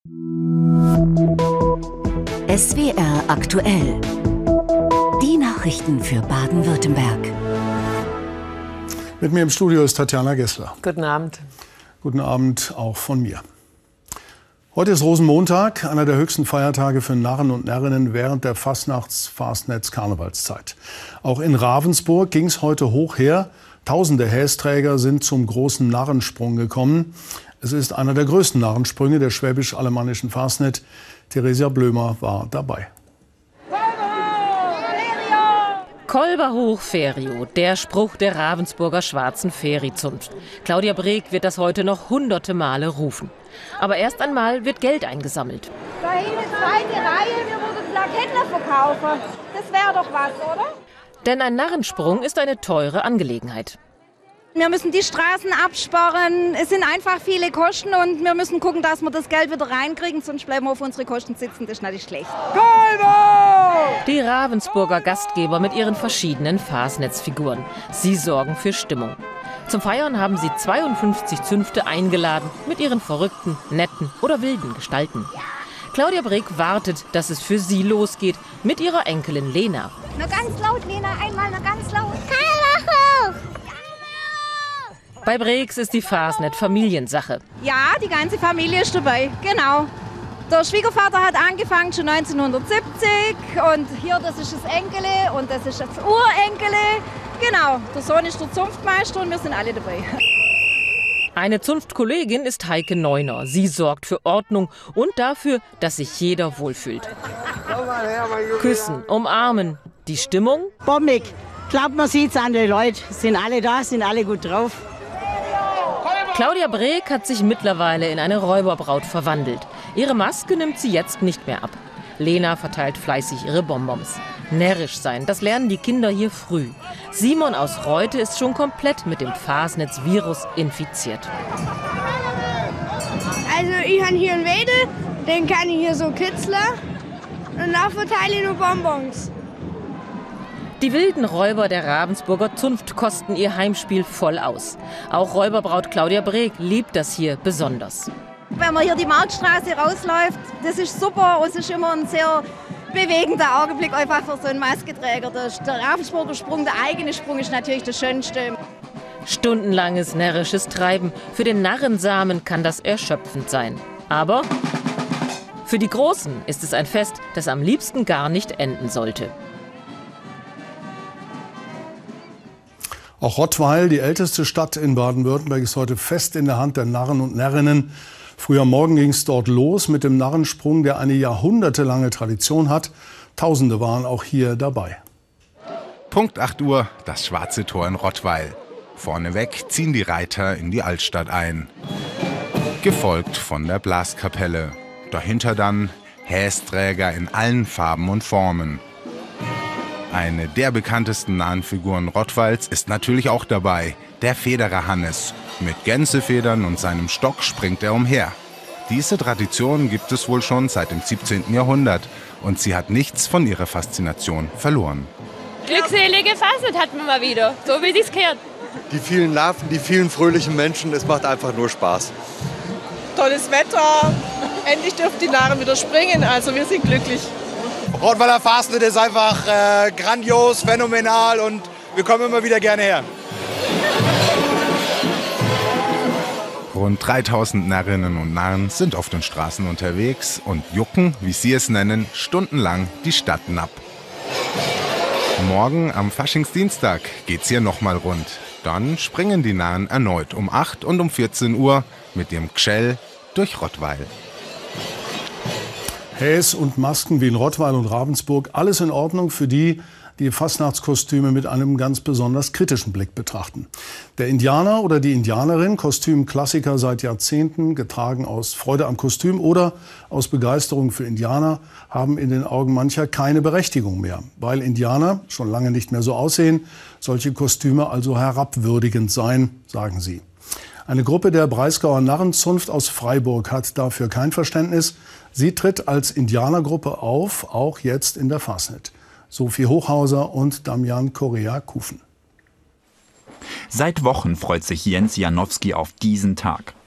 SWR aktuell. Die Nachrichten für Baden-Württemberg. Mit mir im Studio ist Tatjana Gessler. Guten Abend. Guten Abend auch von mir. Heute ist Rosenmontag, einer der höchsten Feiertage für Narren und Närrinnen während der Fastnachts-Karnevalszeit. Auch in Ravensburg ging es heute hoch her. Tausende Hästräger sind zum großen Narrensprung gekommen. Es ist einer der größten Narrensprünge der schwäbisch-alemannischen Fastnet. Theresia Blömer war dabei. Kolber hoch, Ferio, der Spruch der Ravensburger schwarzen Fährizunft. Claudia Breek wird das heute noch hunderte Male rufen. Aber erst einmal wird Geld eingesammelt. Da hinten zweite Reihe, wir würden Plakette verkaufen. Das wäre doch was, oder? Denn ein Narrensprung ist eine teure Angelegenheit. Wir müssen die Straßen absperren, es sind einfach viele Kosten und wir müssen gucken, dass wir das Geld wieder reinkriegen, sonst bleiben wir auf unsere Kosten sitzen, das ist natürlich schlecht. Die Ravensburger Gastgeber mit ihren verschiedenen Fasnetsfiguren. Sie sorgen für Stimmung. Zum Feiern haben sie 52 Zünfte eingeladen mit ihren verrückten, netten oder wilden Gestalten. Claudia Breek wartet, dass es für sie losgeht mit ihrer Enkelin Lena. Na ganz laut, Lena, einmal, na ganz laut. Bei Breeks ist die Fasnet Familiensache. Ja, die ganze Familie ist dabei, genau. Der Schwiegervater hat angefangen schon 1970 und hier, das ist das Enkele und das ist das Urenkele. Genau, der Sohn ist der Zunftmeister und wir sind alle dabei. Eine Zunftkollegin ist Heike Neuner. Sie sorgt für Ordnung und dafür, dass sich jeder wohlfühlt. Küssen, umarmen. Die Stimmung? Bombig. Glaubt, man sieht's an den Leuten. Sind alle da, sind alle gut drauf. Claudia Breek hat sich mittlerweile in eine Räuberbraut verwandelt. Ihre Maske nimmt sie jetzt nicht mehr ab. Lena verteilt fleißig ihre Bonbons. Närrisch sein, das lernen die Kinder hier früh. Simon aus Reute ist schon komplett mit dem Fasnets-Virus infiziert. Also ich habe hier einen Wedel, den kann ich hier so kitzeln und dann verteile ich nur Bonbons. Die wilden Räuber der Ravensburger Zunft kosten ihr Heimspiel voll aus. Auch Räuberbraut Claudia Breek liebt das hier besonders. Wenn man hier die Marktstraße rausläuft, das ist super und es ist immer ein sehr bewegender Augenblick einfach für so einen Maskenträger. Der Ravensburger Sprung, der eigene Sprung ist natürlich das Schönste. Stundenlanges närrisches Treiben. Für den Narrensamen kann das erschöpfend sein. Aber für die Großen ist es ein Fest, das am liebsten gar nicht enden sollte. Auch Rottweil, die älteste Stadt in Baden-Württemberg, ist heute fest in der Hand der Narren und Närrinnen. Früh am Morgen ging es dort los mit dem Narrensprung, der eine jahrhundertelange Tradition hat. Tausende waren auch hier dabei. Punkt 8 Uhr, das Schwarze Tor in Rottweil. Vorneweg ziehen die Reiter in die Altstadt ein. Gefolgt von der Blaskapelle. Dahinter dann Hästräger in allen Farben und Formen. Eine der bekanntesten Narrenfiguren Rottweils ist natürlich auch dabei, der Federer Hannes. Mit Gänsefedern und seinem Stock springt er umher. Diese Tradition gibt es wohl schon seit dem 17. Jahrhundert und sie hat nichts von ihrer Faszination verloren. Glückselige Fasnet hat man mal wieder, so wie sich's gehört. Die vielen Larven, die vielen fröhlichen Menschen, es macht einfach nur Spaß. Tolles Wetter, endlich dürfen die Narren wieder springen, also wir sind glücklich. Rottweiler Fastnet ist einfach grandios, phänomenal und wir kommen immer wieder gerne her. Rund 3000 Narrinnen und Narren sind auf den Straßen unterwegs und jucken, wie sie es nennen, stundenlang die Stadt ab. Morgen am Faschingsdienstag geht's hier nochmal rund. Dann springen die Narren erneut um 8 und um 14 Uhr mit dem Gschell durch Rottweil. Häs und Masken wie in Rottweil und Ravensburg, alles in Ordnung für die, die Fastnachtskostüme mit einem ganz besonders kritischen Blick betrachten. Der Indianer oder die Indianerin, Kostümklassiker seit Jahrzehnten, getragen aus Freude am Kostüm oder aus Begeisterung für Indianer, haben in den Augen mancher keine Berechtigung mehr. Weil Indianer schon lange nicht mehr so aussehen, solche Kostüme also herabwürdigend seien, sagen sie. Eine Gruppe der Breisgauer Narrenzunft aus Freiburg hat dafür kein Verständnis. Sie tritt als Indianergruppe auf, auch jetzt in der Fasnet. Sophie Hochhauser und Damian Correa-Kufen. Seit Wochen freut sich Jens Janowski auf diesen Tag.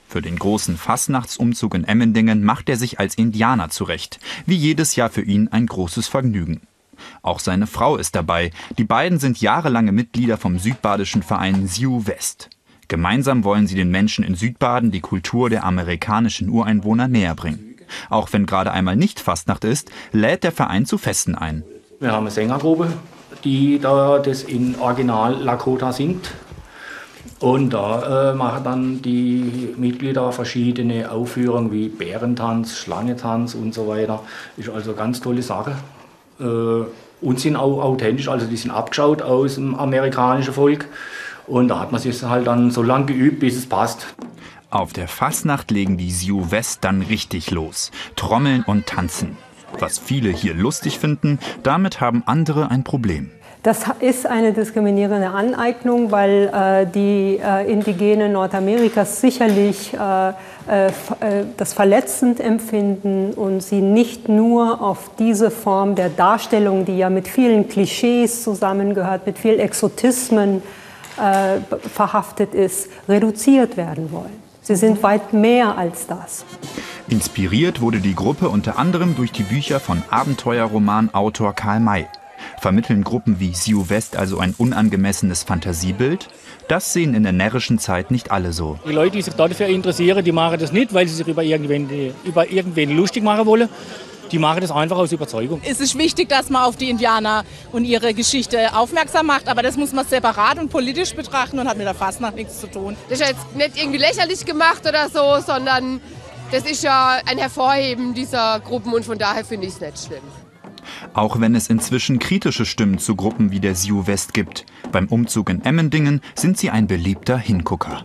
Für den großen Fastnachtsumzug in Emmendingen macht er sich als Indianer zurecht. Wie jedes Jahr für ihn ein großes Vergnügen. Auch seine Frau ist dabei. Die beiden sind jahrelange Mitglieder vom südbadischen Verein Sioux West. Gemeinsam wollen sie den Menschen in Südbaden die Kultur der amerikanischen Ureinwohner näher bringen. Auch wenn gerade einmal nicht Fastnacht ist, lädt der Verein zu Festen ein. Wir haben eine Sängergruppe, die da das in Original Lakota singt. Und da machen dann die Mitglieder verschiedene Aufführungen wie Bärentanz, Schlangentanz und so weiter. Ist also eine ganz tolle Sache. Und sind auch authentisch, also die sind abgeschaut aus dem amerikanischen Volk. Und da hat man sich halt dann so lange geübt, bis es passt. Auf der Fastnacht legen die Sioux West dann richtig los. Trommeln und tanzen. Was viele hier lustig finden, damit haben andere ein Problem. Das ist eine diskriminierende Aneignung, weil die Indigenen Nordamerikas sicherlich das verletzend empfinden und sie nicht nur auf diese Form der Darstellung, die ja mit vielen Klischees zusammengehört, mit viel Exotismen verhaftet ist, reduziert werden wollen. Sie sind weit mehr als das. Inspiriert wurde die Gruppe unter anderem durch die Bücher von Abenteuerromanautor Karl May. Vermitteln Gruppen wie Sioux West also ein unangemessenes Fantasiebild? Das sehen in der närrischen Zeit nicht alle so. Die Leute, die sich dafür interessieren, die machen das nicht, weil sie sich über irgendwen lustig machen wollen. Die machen das einfach aus Überzeugung. Es ist wichtig, dass man auf die Indianer und ihre Geschichte aufmerksam macht, aber das muss man separat und politisch betrachten und hat mit der Fastnacht nichts zu tun. Das ist jetzt nicht irgendwie lächerlich gemacht oder so, sondern das ist ja ein Hervorheben dieser Gruppen und von daher finde ich es nicht schlimm. Auch wenn es inzwischen kritische Stimmen zu Gruppen wie der Sioux West gibt. Beim Umzug in Emmendingen sind sie ein beliebter Hingucker.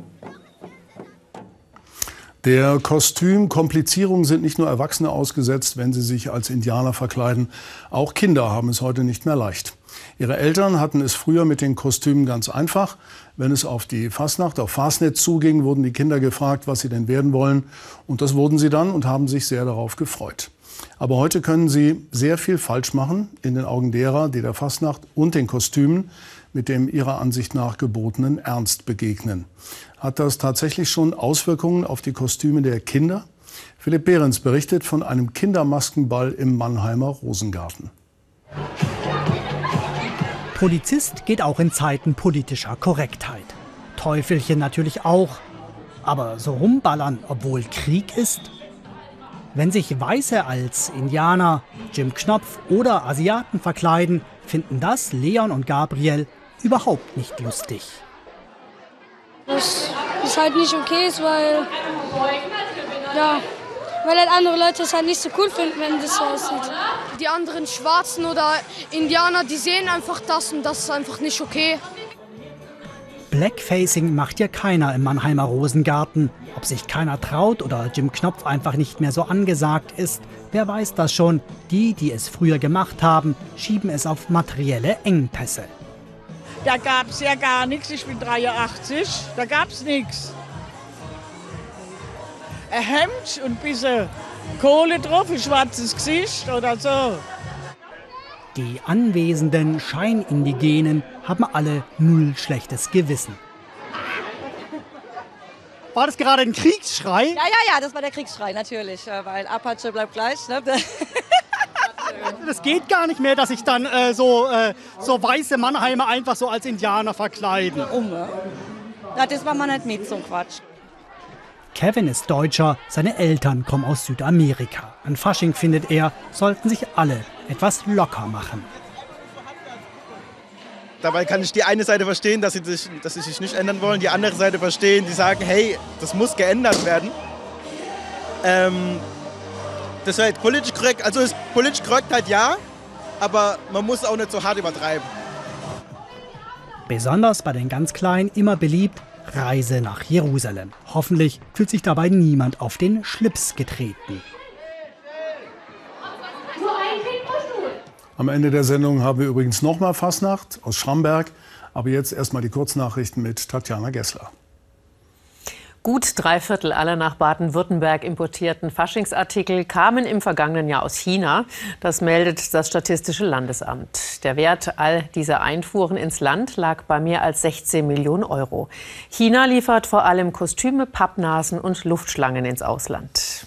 Der Kostümkomplizierung sind nicht nur Erwachsene ausgesetzt, wenn sie sich als Indianer verkleiden. Auch Kinder haben es heute nicht mehr leicht. Ihre Eltern hatten es früher mit den Kostümen ganz einfach. Wenn es auf die Fastnacht, auf Fastnet zuging, wurden die Kinder gefragt, was sie denn werden wollen. Und das wurden sie dann und haben sich sehr darauf gefreut. Aber heute können sie sehr viel falsch machen in den Augen derer, die der Fastnacht und den Kostümen mit dem ihrer Ansicht nach gebotenen Ernst begegnen. Hat das tatsächlich schon Auswirkungen auf die Kostüme der Kinder? Philipp Behrens berichtet von einem Kindermaskenball im Mannheimer Rosengarten. Polizist geht auch in Zeiten politischer Korrektheit. Teufelchen natürlich auch. Aber so rumballern, obwohl Krieg ist? Wenn sich Weiße als Indianer, Jim Knopf oder Asiaten verkleiden, finden das Leon und Gabriel überhaupt nicht lustig. Das ist halt nicht okay, weil halt andere Leute es halt nicht so cool finden, wenn das so aussieht. Die anderen Schwarzen oder Indianer, die sehen einfach das und das ist einfach nicht okay. Blackfacing macht ja keiner im Mannheimer Rosengarten. Ob sich keiner traut oder Jim Knopf einfach nicht mehr so angesagt ist, wer weiß das schon. Die, die es früher gemacht haben, schieben es auf materielle Engpässe. Da gab es ja gar nichts, ich bin 83, da gab es nichts. Ein Hemd und ein bisschen Kohle drauf, ein schwarzes Gesicht oder so. Die anwesenden Scheinindigenen haben alle null schlechtes Gewissen. War das gerade ein Kriegsschrei? Ja, das war der Kriegsschrei, natürlich, weil Apache bleibt gleich. Ne? Das geht gar nicht mehr, dass sich dann so weiße Mannheimer einfach so als Indianer verkleiden. Ja, das war man nicht mit, so ein Quatsch. Kevin ist Deutscher, seine Eltern kommen aus Südamerika. An Fasching findet er, sollten sich alle etwas locker machen. Dabei kann ich die eine Seite verstehen, dass sie sich nicht ändern wollen, die andere Seite verstehen, die sagen, hey, das muss geändert werden. Das ist halt politisch korrekt, also ist politisch korrekt halt ja, aber man muss auch nicht so hart übertreiben. Besonders bei den ganz Kleinen immer beliebt, Reise nach Jerusalem. Hoffentlich fühlt sich dabei niemand auf den Schlips getreten. Am Ende der Sendung haben wir übrigens nochmal Fastnacht aus Schramberg. Aber jetzt erstmal die Kurznachrichten mit Tatjana Gessler. Gut 3/4 aller nach Baden-Württemberg importierten Faschingsartikel kamen im vergangenen Jahr aus China. Das meldet das Statistische Landesamt. Der Wert all dieser Einfuhren ins Land lag bei mehr als 16 Millionen Euro. China liefert vor allem Kostüme, Pappnasen und Luftschlangen ins Ausland.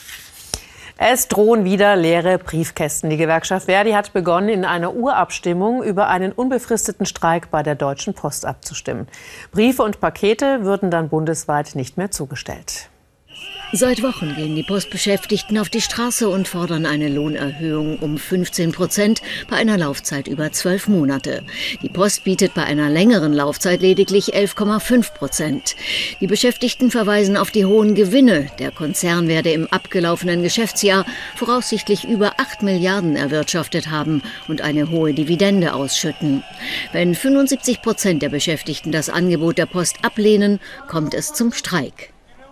Es drohen wieder leere Briefkästen. Die Gewerkschaft ver.di hat begonnen, in einer Urabstimmung über einen unbefristeten Streik bei der Deutschen Post abzustimmen. Briefe und Pakete würden dann bundesweit nicht mehr zugestellt. Seit Wochen gehen die Postbeschäftigten auf die Straße und fordern eine Lohnerhöhung um 15% bei einer Laufzeit über 12 Monate. Die Post bietet bei einer längeren Laufzeit lediglich 11,5%. Die Beschäftigten verweisen auf die hohen Gewinne. Der Konzern werde im abgelaufenen Geschäftsjahr voraussichtlich über 8 Milliarden erwirtschaftet haben und eine hohe Dividende ausschütten. Wenn 75% der Beschäftigten das Angebot der Post ablehnen, kommt es zum Streik.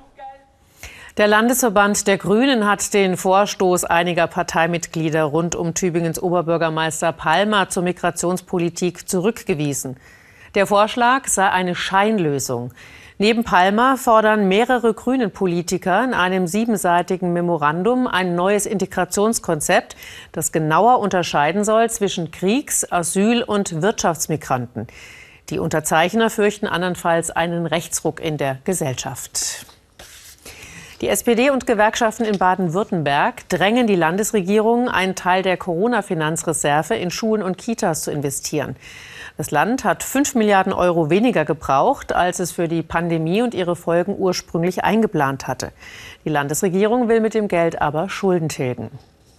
Der Landesverband der Grünen hat den Vorstoß einiger Parteimitglieder rund um Tübingens Oberbürgermeister Palmer zur Migrationspolitik zurückgewiesen. Der Vorschlag sei eine Scheinlösung. Neben Palmer fordern mehrere Grünen-Politiker in einem 7-seitigen Memorandum ein neues Integrationskonzept, das genauer unterscheiden soll zwischen Kriegs-, Asyl- und Wirtschaftsmigranten. Die Unterzeichner fürchten andernfalls einen Rechtsruck in der Gesellschaft. Die SPD und Gewerkschaften in Baden-Württemberg drängen die Landesregierung, einen Teil der Corona-Finanzreserve in Schulen und Kitas zu investieren. Das Land hat 5 Milliarden Euro weniger gebraucht, als es für die Pandemie und ihre Folgen ursprünglich eingeplant hatte. Die Landesregierung will mit dem Geld aber Schulden tilgen.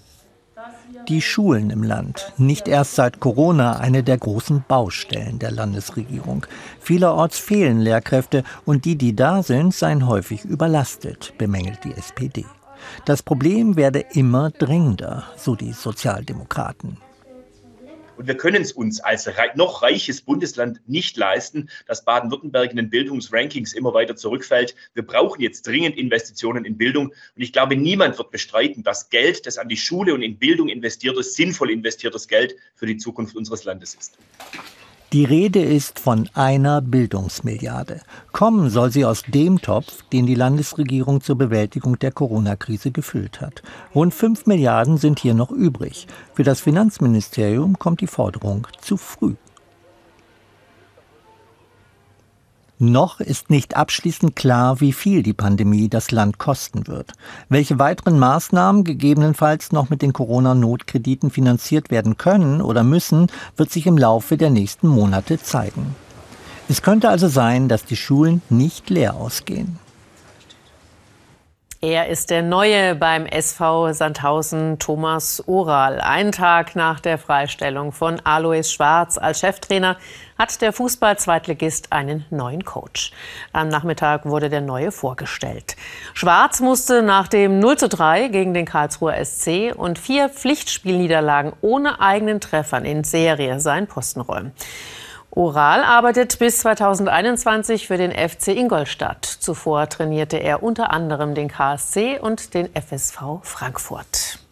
Die Schulen im Land, nicht erst seit Corona eine der großen Baustellen der Landesregierung. Vielerorts fehlen Lehrkräfte und die da sind, seien häufig überlastet, bemängelt die SPD. Das Problem werde immer dringender, so die Sozialdemokraten. Und wir können es uns als noch reiches Bundesland nicht leisten, dass Baden-Württemberg in den Bildungsrankings immer weiter zurückfällt. Wir brauchen jetzt dringend Investitionen in Bildung. Und ich glaube, niemand wird bestreiten, dass Geld, das an die Schule und in Bildung investiert ist, sinnvoll investiertes Geld für die Zukunft unseres Landes ist. Die Rede ist von einer Bildungsmilliarde. Kommen soll sie aus dem Topf, den die Landesregierung zur Bewältigung der Corona-Krise gefüllt hat. Rund 5 Milliarden sind hier noch übrig. Für das Finanzministerium kommt die Forderung zu früh. Noch ist nicht abschließend klar, wie viel die Pandemie das Land kosten wird. Welche weiteren Maßnahmen gegebenenfalls noch mit den Corona-Notkrediten finanziert werden können oder müssen, wird sich im Laufe der nächsten Monate zeigen. Es könnte also sein, dass die Schulen nicht leer ausgehen. Er ist der Neue beim SV Sandhausen, Thomas Oral. Einen Tag nach der Freistellung von Alois Schwarz als Cheftrainer hat der Fußball-Zweitligist einen neuen Coach. Am Nachmittag wurde der Neue vorgestellt. Schwarz musste nach dem 0:3 gegen den Karlsruher SC und 4 Pflichtspielniederlagen ohne eigenen Treffern in Serie seinen Posten räumen. Oral arbeitet bis 2021 für den FC Ingolstadt. Zuvor trainierte er unter anderem den KSC und den FSV Frankfurt.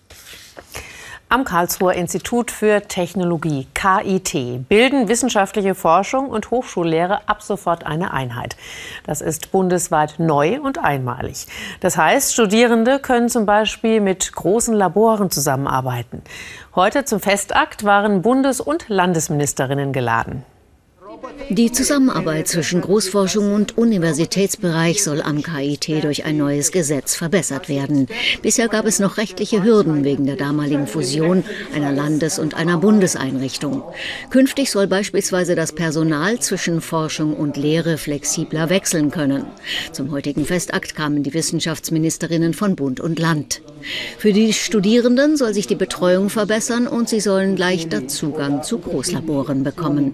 Am Karlsruher Institut für Technologie, KIT, bilden wissenschaftliche Forschung und Hochschullehre ab sofort eine Einheit. Das ist bundesweit neu und einmalig. Das heißt, Studierende können zum Beispiel mit großen Laboren zusammenarbeiten. Heute zum Festakt waren Bundes- und Landesministerinnen geladen. Die Zusammenarbeit zwischen Großforschung und Universitätsbereich soll am KIT durch ein neues Gesetz verbessert werden. Bisher gab es noch rechtliche Hürden wegen der damaligen Fusion einer Landes- und einer Bundeseinrichtung. Künftig soll beispielsweise das Personal zwischen Forschung und Lehre flexibler wechseln können. Zum heutigen Festakt kamen die Wissenschaftsministerinnen von Bund und Land. Für die Studierenden soll sich die Betreuung verbessern und sie sollen leichter Zugang zu Großlaboren bekommen.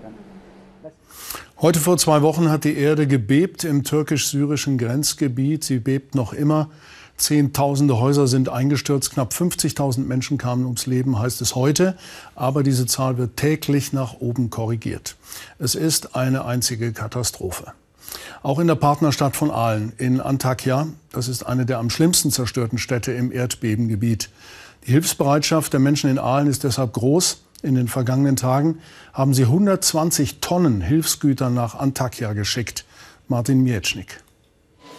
Heute vor 2 Wochen hat die Erde gebebt im türkisch-syrischen Grenzgebiet. Sie bebt noch immer. Zehntausende Häuser sind eingestürzt. Knapp 50.000 Menschen kamen ums Leben, heißt es heute. Aber diese Zahl wird täglich nach oben korrigiert. Es ist eine einzige Katastrophe. Auch in der Partnerstadt von Aalen in Antakya, das ist eine der am schlimmsten zerstörten Städte im Erdbebengebiet. Die Hilfsbereitschaft der Menschen in Aalen ist deshalb groß. In den vergangenen Tagen haben sie 120 Tonnen Hilfsgüter nach Antakya geschickt. Martin Miecznik.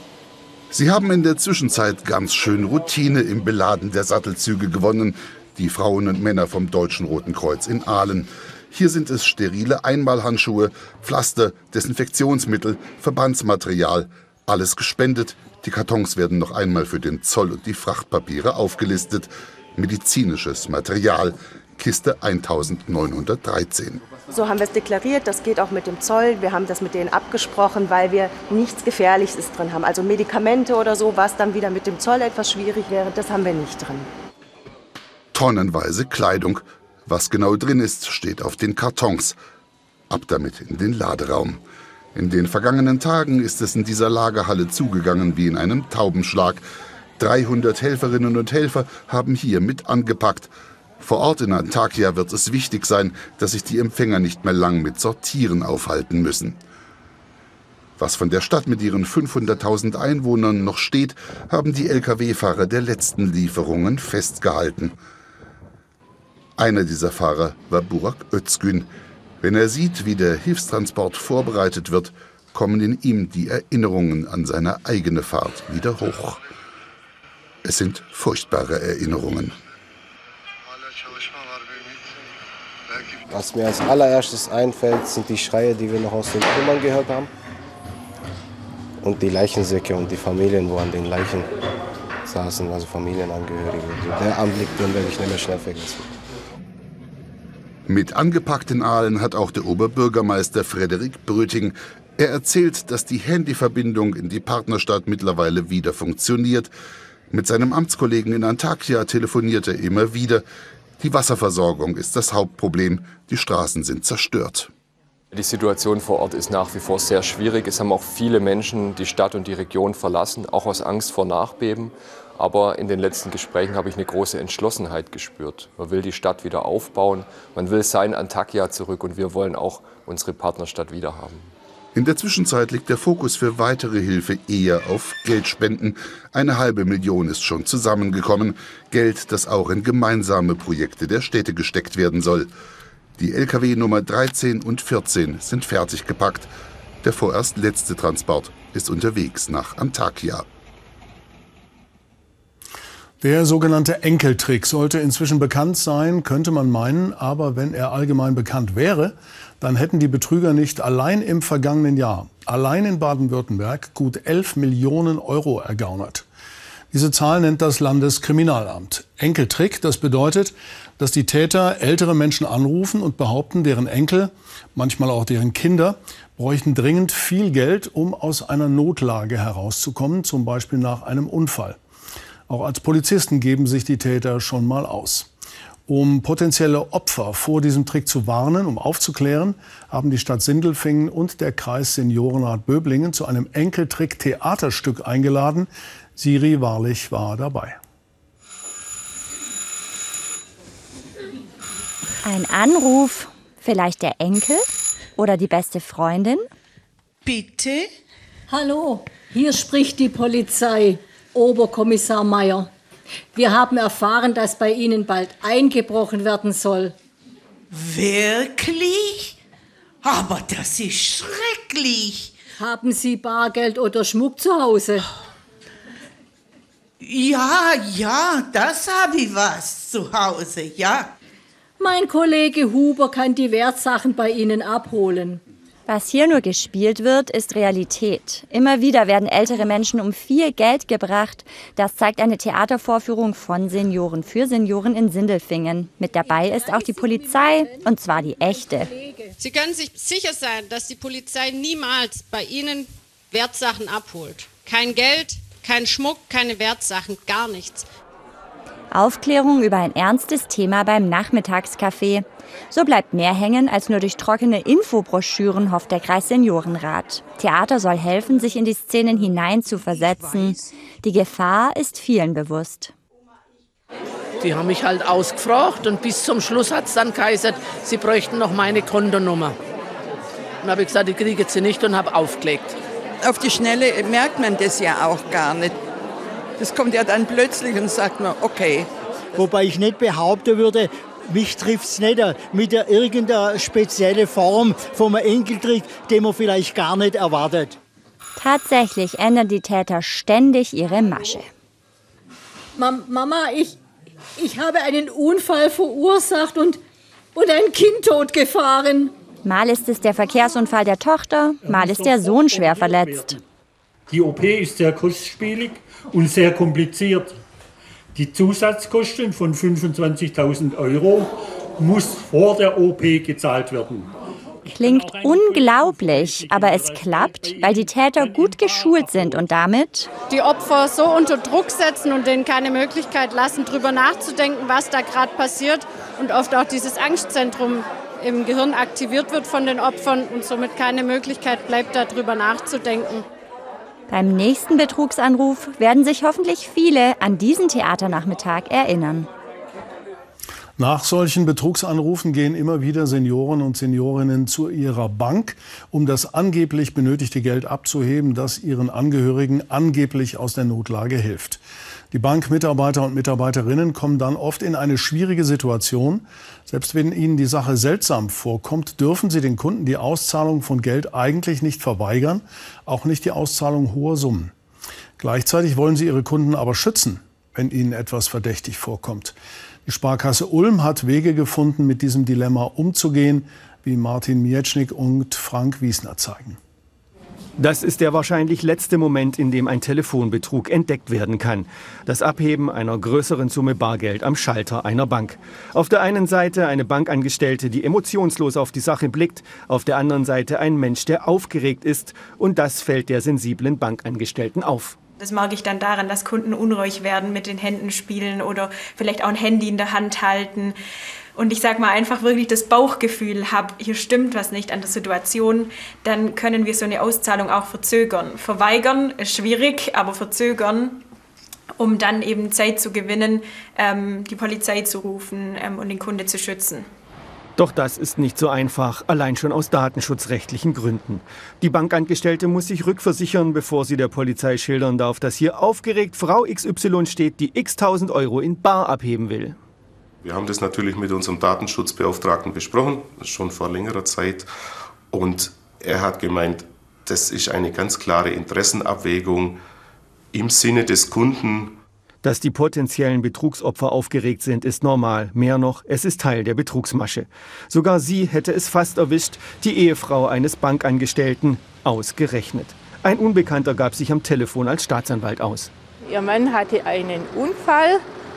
Sie haben in der Zwischenzeit ganz schön Routine im Beladen der Sattelzüge gewonnen, die Frauen und Männer vom Deutschen Roten Kreuz in Aalen. Hier sind es sterile Einmalhandschuhe, Pflaster, Desinfektionsmittel, Verbandsmaterial. Alles gespendet. Die Kartons werden noch einmal für den Zoll und die Frachtpapiere aufgelistet. Medizinisches Material, Kiste 1913. So haben wir es deklariert, das geht auch mit dem Zoll. Wir haben das mit denen abgesprochen, weil wir nichts Gefährliches drin haben. Also Medikamente oder so, was dann wieder mit dem Zoll etwas schwierig wäre, das haben wir nicht drin. Tonnenweise Kleidung. Was genau drin ist, steht auf den Kartons. Ab damit in den Laderaum. In den vergangenen Tagen ist es in dieser Lagerhalle zugegangen wie in einem Taubenschlag. 300 Helferinnen und Helfer haben hier mit angepackt. Vor Ort in Antakya wird es wichtig sein, dass sich die Empfänger nicht mehr lang mit Sortieren aufhalten müssen. Was von der Stadt mit ihren 500.000 Einwohnern noch steht, haben die Lkw-Fahrer der letzten Lieferungen festgehalten. Einer dieser Fahrer war Burak Özgün. Wenn er sieht, wie der Hilfstransport vorbereitet wird, kommen in ihm die Erinnerungen an seine eigene Fahrt wieder hoch. Es sind furchtbare Erinnerungen. Was mir als allererstes einfällt, sind die Schreie, die wir noch aus den Trümmern gehört haben. Und die Leichensäcke und die Familien, wo an den Leichen saßen, also Familienangehörige. Also der Anblick, den werde ich nicht mehr schnell vergessen. Mit angepackten Aalen hat auch der Oberbürgermeister Frederik Bröting. Er erzählt, dass die Handyverbindung in die Partnerstadt mittlerweile wieder funktioniert. Mit seinem Amtskollegen in Antakya telefoniert er immer wieder. Die Wasserversorgung ist das Hauptproblem. Die Straßen sind zerstört. Die Situation vor Ort ist nach wie vor sehr schwierig. Es haben auch viele Menschen die Stadt und die Region verlassen, auch aus Angst vor Nachbeben. Aber in den letzten Gesprächen habe ich eine große Entschlossenheit gespürt. Man will die Stadt wieder aufbauen, man will sein Antakya zurück und wir wollen auch unsere Partnerstadt wieder haben. In der Zwischenzeit liegt der Fokus für weitere Hilfe eher auf Geldspenden. 1,5 Million ist schon zusammengekommen. Geld, das auch in gemeinsame Projekte der Städte gesteckt werden soll. Die Lkw Nummer 13 und 14 sind fertig gepackt. Der vorerst letzte Transport ist unterwegs nach Antakya. Der sogenannte Enkeltrick sollte inzwischen bekannt sein, könnte man meinen. Aber wenn er allgemein bekannt wäre, dann hätten die Betrüger nicht allein im vergangenen Jahr, allein in Baden-Württemberg, gut 11 Millionen Euro ergaunert. Diese Zahl nennt das Landeskriminalamt. Enkeltrick, das bedeutet, dass die Täter ältere Menschen anrufen und behaupten, deren Enkel, manchmal auch deren Kinder, bräuchten dringend viel Geld, um aus einer Notlage herauszukommen, zum Beispiel nach einem Unfall. Auch als Polizisten geben sich die Täter schon mal aus. Um potenzielle Opfer vor diesem Trick zu warnen, um aufzuklären, haben die Stadt Sindelfingen und der Kreis Seniorenrat Böblingen zu einem Enkeltrick-Theaterstück eingeladen. Siri Wahrlich war dabei. Ein Anruf, vielleicht der Enkel oder die beste Freundin? Bitte? Hallo, hier spricht die Polizei. Oberkommissar Meier. Wir haben erfahren, dass bei Ihnen bald eingebrochen werden soll. Wirklich? Aber das ist schrecklich. Haben Sie Bargeld oder Schmuck zu Hause? Ja, das habe ich was zu Hause, ja. Mein Kollege Huber kann die Wertsachen bei Ihnen abholen. Was hier nur gespielt wird, ist Realität. Immer wieder werden ältere Menschen um viel Geld gebracht. Das zeigt eine Theatervorführung von Senioren für Senioren in Sindelfingen. Mit dabei ist auch die Polizei, und zwar die echte. Sie können sich sicher sein, dass die Polizei niemals bei Ihnen Wertsachen abholt. Kein Geld, kein Schmuck, keine Wertsachen, gar nichts. Aufklärung über ein ernstes Thema beim Nachmittagskaffee. So bleibt mehr hängen als nur durch trockene Infobroschüren, hofft der Kreis Seniorenrat. Theater soll helfen, sich in die Szenen hineinzuversetzen. Die Gefahr ist vielen bewusst. Die haben mich halt ausgefragt und bis zum Schluss hat es dann geheißen, sie bräuchten noch meine Kontonummer. Dann habe ich gesagt, ich kriege sie nicht und habe aufgelegt. Auf die Schnelle merkt man das ja auch gar nicht. Das kommt ja dann plötzlich und sagt man, okay. Wobei ich nicht behaupten würde, mich trifft es nicht mit irgendeiner speziellen Form vom Enkeltrick, den man vielleicht gar nicht erwartet. Tatsächlich ändern die Täter ständig ihre Masche. Mama, ich habe einen Unfall verursacht und ein Kind totgefahren. Mal ist es der Verkehrsunfall der Tochter, mal ist der Sohn schwer verletzt. Die OP ist sehr kostspielig und sehr kompliziert. Die Zusatzkosten von 25.000 € muss vor der OP gezahlt werden. Klingt unglaublich, aber es klappt, weil die Täter gut geschult sind und damit die Opfer so unter Druck setzen und denen keine Möglichkeit lassen, drüber nachzudenken, was da gerade passiert, und oft auch dieses Angstzentrum im Gehirn aktiviert wird von den Opfern und somit keine Möglichkeit bleibt, darüber nachzudenken. Beim nächsten Betrugsanruf werden sich hoffentlich viele an diesen Theaternachmittag erinnern. Nach solchen Betrugsanrufen gehen immer wieder Senioren und Seniorinnen zu ihrer Bank, um das angeblich benötigte Geld abzuheben, das ihren Angehörigen angeblich aus der Notlage hilft. Die Bankmitarbeiter und Mitarbeiterinnen kommen dann oft in eine schwierige Situation. Selbst wenn ihnen die Sache seltsam vorkommt, dürfen sie den Kunden die Auszahlung von Geld eigentlich nicht verweigern, auch nicht die Auszahlung hoher Summen. Gleichzeitig wollen sie ihre Kunden aber schützen, wenn ihnen etwas verdächtig vorkommt. Die Sparkasse Ulm hat Wege gefunden, mit diesem Dilemma umzugehen, wie Martin Mietschnik und Frank Wiesner zeigen. Das ist der wahrscheinlich letzte Moment, in dem ein Telefonbetrug entdeckt werden kann. Das Abheben einer größeren Summe Bargeld am Schalter einer Bank. Auf der einen Seite eine Bankangestellte, die emotionslos auf die Sache blickt, auf der anderen Seite ein Mensch, der aufgeregt ist, und das fällt der sensiblen Bankangestellten auf. Das mag ich dann daran, dass Kunden unruhig werden, mit den Händen spielen oder vielleicht auch ein Handy in der Hand halten. Und ich sage mal einfach wirklich das Bauchgefühl habe, hier stimmt was nicht an der Situation, dann können wir so eine Auszahlung auch verzögern. Verweigern ist schwierig, aber verzögern, um dann eben Zeit zu gewinnen, die Polizei zu rufen und den Kunde zu schützen. Doch das ist nicht so einfach, allein schon aus datenschutzrechtlichen Gründen. Die Bankangestellte muss sich rückversichern, bevor sie der Polizei schildern darf, dass hier aufgeregt Frau XY steht, die x tausend Euro in bar abheben will. Wir haben das natürlich mit unserem Datenschutzbeauftragten besprochen, schon vor längerer Zeit. Und er hat gemeint, das ist eine ganz klare Interessenabwägung im Sinne des Kunden. Dass die potenziellen Betrugsopfer aufgeregt sind, ist normal. Mehr noch, es ist Teil der Betrugsmasche. Sogar sie hätte es fast erwischt, die Ehefrau eines Bankangestellten, ausgerechnet. Ein Unbekannter gab sich am Telefon als Staatsanwalt aus. Ihr Mann hatte einen Unfall.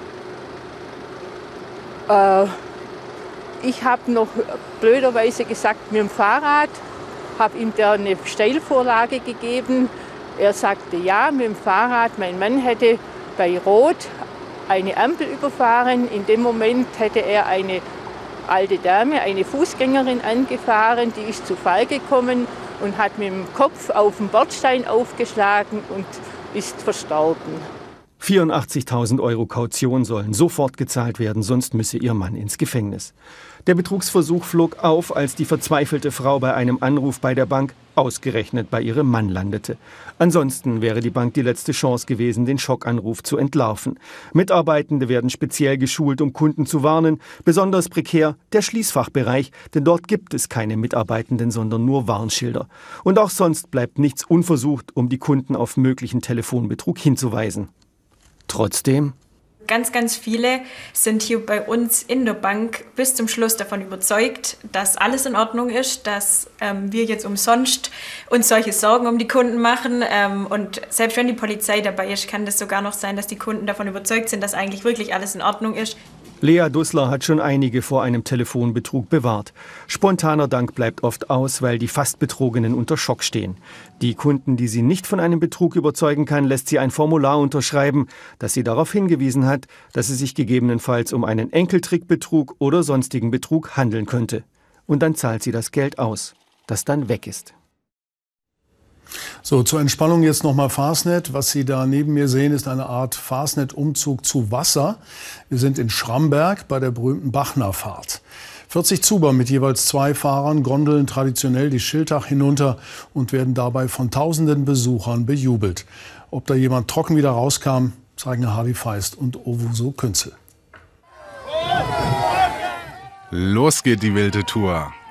Ich habe noch blöderweise gesagt, mit dem Fahrrad, habe ihm da eine Steilvorlage gegeben. Er sagte ja, mit dem Fahrrad. Mein Mann hätte bei Rot eine Ampel überfahren. In dem Moment hätte er eine alte Dame, eine Fußgängerin angefahren, die ist zu Fall gekommen und hat mit dem Kopf auf den Bordstein aufgeschlagen und ist verstorben. 84.000 Euro Kaution sollen sofort gezahlt werden, sonst müsse ihr Mann ins Gefängnis. Der Betrugsversuch flog auf, als die verzweifelte Frau bei einem Anruf bei der Bank ausgerechnet bei ihrem Mann landete. Ansonsten wäre die Bank die letzte Chance gewesen, den Schockanruf zu entlarven. Mitarbeitende werden speziell geschult, um Kunden zu warnen. Besonders prekär der Schließfachbereich, denn dort gibt es keine Mitarbeitenden, sondern nur Warnschilder. Und auch sonst bleibt nichts unversucht, um die Kunden auf möglichen Telefonbetrug hinzuweisen. Trotzdem: Ganz, ganz viele sind hier bei uns in der Bank bis zum Schluss davon überzeugt, dass alles in Ordnung ist, dass wir jetzt umsonst uns solche Sorgen um die Kunden machen. Und selbst wenn die Polizei dabei ist, kann das sogar noch sein, dass die Kunden davon überzeugt sind, dass eigentlich wirklich alles in Ordnung ist. Lea Dussler hat schon einige vor einem Telefonbetrug bewahrt. Spontaner Dank bleibt oft aus, weil die fast Betrogenen unter Schock stehen. Die Kunden, die sie nicht von einem Betrug überzeugen kann, lässt sie ein Formular unterschreiben, das sie darauf hingewiesen hat, dass es sich gegebenenfalls um einen Enkeltrickbetrug oder sonstigen Betrug handeln könnte. Und dann zahlt sie das Geld aus, das dann weg ist. So, zur Entspannung jetzt nochmal Fastnet. Was Sie da neben mir sehen, ist eine Art Fastnet-Umzug zu Wasser. Wir sind in Schramberg bei der berühmten Bachnerfahrt. 40 Zuber mit jeweils 2 Fahrern gondeln traditionell die Schiltach hinunter und werden dabei von tausenden Besuchern bejubelt. Ob da jemand trocken wieder rauskam, zeigen Hardy Feist und Owusu Künzel. Los geht die wilde Tour.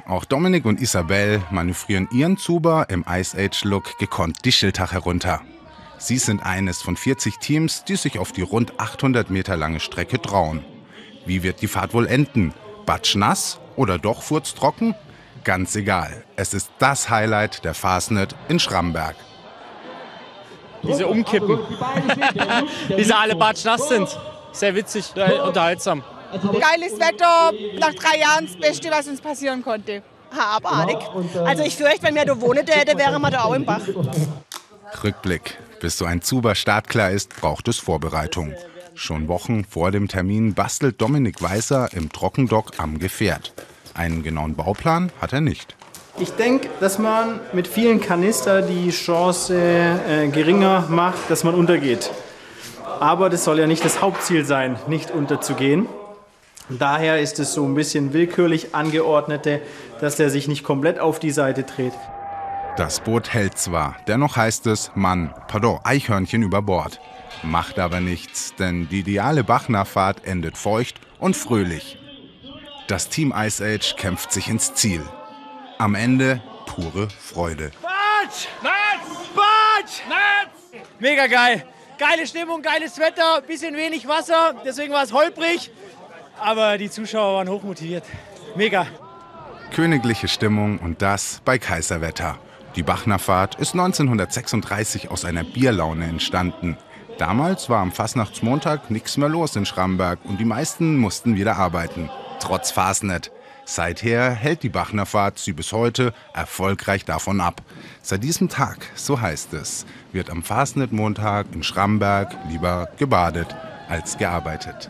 Auch Dominik und Isabel manövrieren ihren Zuber im Ice Age-Look gekonnt die Schiltach herunter. Sie sind eines von 40 Teams, die sich auf die rund 800 Meter lange Strecke trauen. Wie wird die Fahrt wohl enden? Batschnass oder doch furztrocken? Ganz egal. Es ist das Highlight der Fastnet in Schramberg. Diese Umkippen, diese alle batschnass sind. Sehr witzig, unterhaltsam. Geiles Wetter, nach 3 Jahren das Beste, was uns passieren konnte. Abartig. Also ich fürchte, wenn wir da wohnen täten, wären wir da auch im Bach. Rückblick. Bis so ein Zuber startklar ist, braucht es Vorbereitung. Schon Wochen vor dem Termin bastelt Dominik Weißer im Trockendock am Gefährt. Einen genauen Bauplan hat er nicht. Ich denke, dass man mit vielen Kanister die Chance geringer macht, dass man untergeht. Aber das soll ja nicht das Hauptziel sein, nicht unterzugehen. Daher ist es so ein bisschen willkürlich angeordnete, dass der sich nicht komplett auf die Seite dreht. Das Boot hält zwar, dennoch heißt es, Eichhörnchen über Bord. Macht aber nichts, denn die ideale Bachnachfahrt endet feucht und fröhlich. Das Team Ice Age kämpft sich ins Ziel. Am Ende pure Freude. Batsch! Netz! Batsch! Netz! Mega geil. Geile Stimmung, geiles Wetter, bisschen wenig Wasser, deswegen war es holprig. Aber die Zuschauer waren hochmotiviert. Mega. Königliche Stimmung und das bei Kaiserwetter. Die Bachnachfahrt ist 1936 aus einer Bierlaune entstanden. Damals war am Fastnachtsmontag nichts mehr los in Schramberg und die meisten mussten wieder arbeiten. Trotz Fastnet. Seither hält die Bachnachfahrt sie bis heute erfolgreich davon ab. Seit diesem Tag, so heißt es, wird am Fastnet-Montag in Schramberg lieber gebadet als gearbeitet.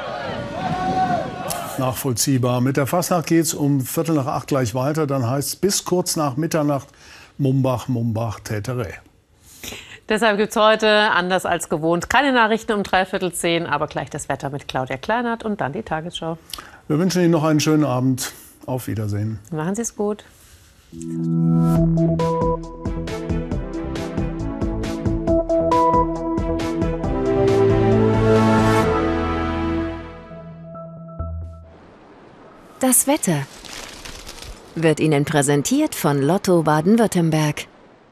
Nachvollziehbar. Mit der Fastnacht geht es um 7:45 gleich weiter. Dann heißt es bis kurz nach Mitternacht Mumbach, Mumbach, Täterä. Deshalb gibt es heute, anders als gewohnt, keine Nachrichten um 9:45, aber gleich das Wetter mit Claudia Kleinert und dann die Tagesschau. Wir wünschen Ihnen noch einen schönen Abend. Auf Wiedersehen. Machen Sie es gut. Das Wetter wird Ihnen präsentiert von Lotto Baden-Württemberg.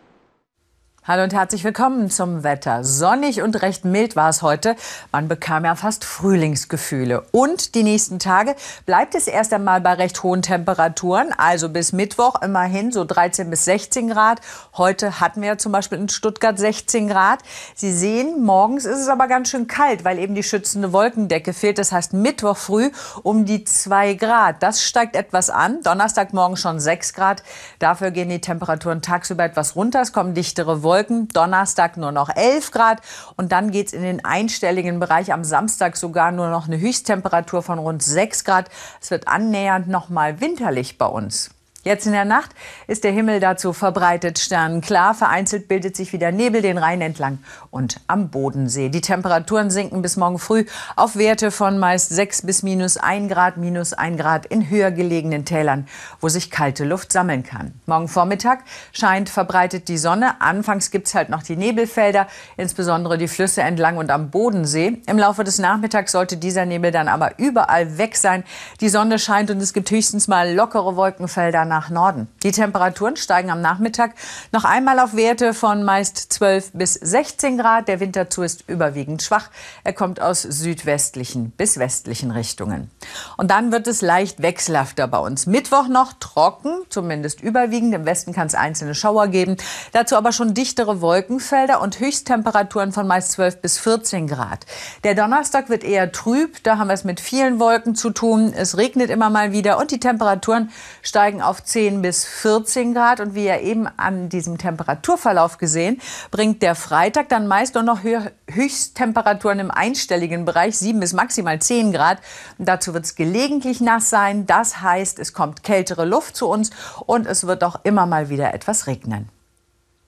Hallo und herzlich willkommen zum Wetter. Sonnig und recht mild war es heute. Man bekam ja fast Frühlingsgefühle. Und die nächsten Tage bleibt es erst einmal bei recht hohen Temperaturen. Also bis Mittwoch immerhin so 13 bis 16 Grad. Heute hatten wir zum Beispiel in Stuttgart 16 Grad. Sie sehen, morgens ist es aber ganz schön kalt, weil eben die schützende Wolkendecke fehlt. Das heißt Mittwoch früh um die 2 Grad. Das steigt etwas an. Donnerstagmorgen schon 6 Grad. Dafür gehen die Temperaturen tagsüber etwas runter. Es kommen dichtere Wolken. Donnerstag nur noch 11 Grad und dann geht es in den einstelligen Bereich. Am Samstag sogar nur noch eine Höchsttemperatur von rund 6 Grad. Es wird annähernd noch mal winterlich bei uns. Jetzt in der Nacht ist der Himmel dazu verbreitet sternenklar. Vereinzelt bildet sich wieder Nebel den Rhein entlang und am Bodensee. Die Temperaturen sinken bis morgen früh auf Werte von meist 6 bis -1 Grad, -1 Grad in höher gelegenen Tälern, wo sich kalte Luft sammeln kann. Morgen Vormittag scheint verbreitet die Sonne. Anfangs gibt es halt noch die Nebelfelder, insbesondere die Flüsse entlang und am Bodensee. Im Laufe des Nachmittags sollte dieser Nebel dann aber überall weg sein. Die Sonne scheint und es gibt höchstens mal lockere Wolkenfelder nach Norden. Die Temperaturen steigen am Nachmittag noch einmal auf Werte von meist 12 bis 16 Grad. Der Wind dazu ist überwiegend schwach. Er kommt aus südwestlichen bis westlichen Richtungen. Und dann wird es leicht wechselhafter bei uns. Mittwoch noch trocken, zumindest überwiegend. Im Westen kann es einzelne Schauer geben. Dazu aber schon dichtere Wolkenfelder und Höchsttemperaturen von meist 12 bis 14 Grad. Der Donnerstag wird eher trüb. Da haben wir es mit vielen Wolken zu tun. Es regnet immer mal wieder und die Temperaturen steigen auf 10 bis 14 Grad. Und wie ihr eben an diesem Temperaturverlauf gesehen, bringt der Freitag dann meist nur noch Höchsttemperaturen im einstelligen Bereich, 7 bis maximal 10 Grad. Und dazu wird es gelegentlich nass sein. Das heißt, es kommt kältere Luft zu uns und es wird auch immer mal wieder etwas regnen.